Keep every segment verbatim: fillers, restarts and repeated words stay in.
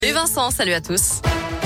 Et Vincent, salut à tous.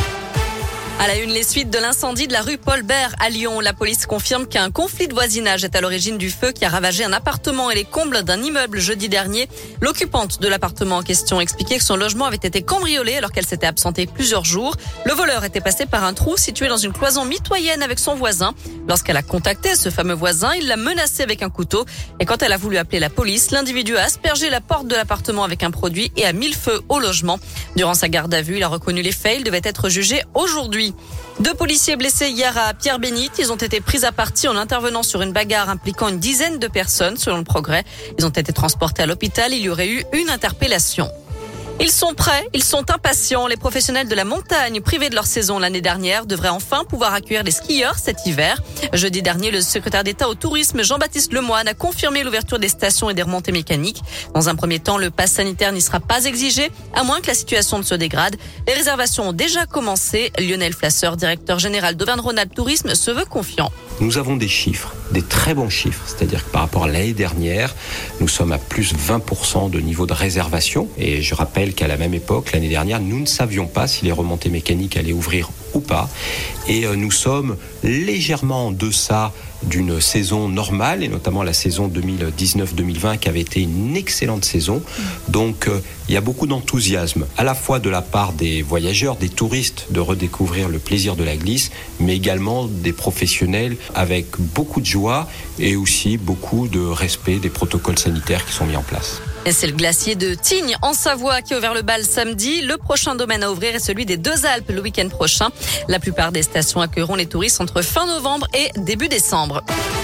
À la une, les suites de l'incendie de la rue Paul Bert à Lyon. La police confirme qu'un conflit de voisinage est à l'origine du feu qui a ravagé un appartement et les combles d'un immeuble jeudi dernier. L'occupante de l'appartement en question expliquait que son logement avait été cambriolé alors qu'elle s'était absentée plusieurs jours. Le voleur était passé par un trou situé dans une cloison mitoyenne avec son voisin. Lorsqu'elle a contacté ce fameux voisin, il l'a menacé avec un couteau. Et quand elle a voulu appeler la police, l'individu a aspergé la porte de l'appartement avec un produit et a mis le feu au logement. Durant sa garde à vue, il a reconnu les faits. Il devait être jugé aujourd'hui. Deux policiers blessés hier à Pierre-Bénite. Ils ont été pris à partie en intervenant sur une bagarre impliquant une dizaine de personnes, selon le Progrès. Ils ont été transportés à l'hôpital. Il y aurait eu une interpellation. Ils sont prêts, ils sont impatients. Les professionnels de la montagne, privés de leur saison l'année dernière, devraient enfin pouvoir accueillir les skieurs cet hiver. Jeudi dernier, le secrétaire d'État au tourisme, Jean-Baptiste Lemoyne, a confirmé l'ouverture des stations et des remontées mécaniques. Dans un premier temps, le pass sanitaire n'y sera pas exigé, à moins que la situation ne se dégrade. Les réservations ont déjà commencé. Lionel Flasseur, directeur général d'Auvergne-Rhône-Alpes Tourisme, se veut confiant. Nous avons des chiffres, des très bons chiffres, c'est-à-dire que par rapport à l'année dernière, nous sommes à plus vingt pour cent de niveau de réservation. Et je rappelle qu'à la même époque, l'année dernière, nous ne savions pas si les remontées mécaniques allaient ouvrir ou pas. Et nous sommes légèrement en deçà d'une saison normale, et notamment la saison deux mille dix-neuf deux mille vingt qui avait été une excellente saison. Donc euh, il y a beaucoup d'enthousiasme, à la fois de la part des voyageurs, des touristes, de redécouvrir le plaisir de la glisse, mais également des professionnels avec beaucoup de joie et aussi beaucoup de respect des protocoles sanitaires qui sont mis en place. Et c'est le glacier de Tignes en Savoie qui a ouvert le bal samedi. Le prochain domaine à ouvrir est celui des Deux Alpes le week-end prochain. La plupart des stations accueilleront les touristes entre fin novembre et début décembre.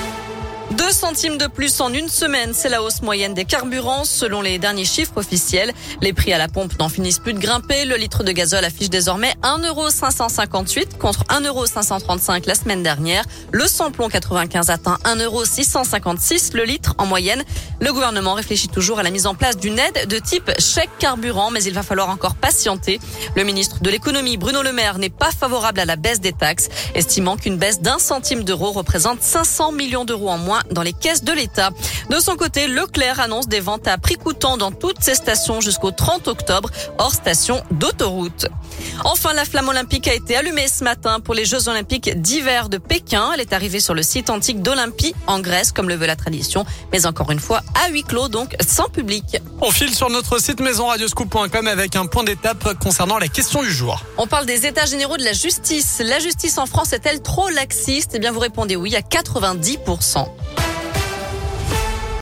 deux centimes de plus en une semaine, c'est la hausse moyenne des carburants selon les derniers chiffres officiels. Les prix à la pompe n'en finissent plus de grimper. Le litre de gazole affiche désormais un euro cinq cent cinquante-huit contre un euro cinq cent trente-cinq la semaine dernière. Le samplon quatre-vingt-quinze atteint un euro six cent cinquante-six le litre en moyenne. Le gouvernement réfléchit toujours à la mise en place d'une aide de type chèque carburant, mais il va falloir encore patienter. Le ministre de l'économie, Bruno Le Maire, n'est pas favorable à la baisse des taxes, estimant qu'une baisse d'un centime d'euro représente cinq cents millions d'euros en moins dans les caisses de l'État. De son côté, Leclerc annonce des ventes à prix coûtant dans toutes ses stations jusqu'au trente octobre, hors station d'autoroute. Enfin, la flamme olympique a été allumée ce matin pour les Jeux olympiques d'hiver de Pékin. Elle est arrivée sur le site antique d'Olympie, en Grèce, comme le veut la tradition, mais encore une fois à huis clos, donc sans public. On file sur notre site maison radioscoop point com avec un point d'étape concernant la question du jour. On parle des états généraux de la justice. La justice en France est-elle trop laxiste ? Eh bien, vous répondez oui à quatre-vingt-dix pour cent.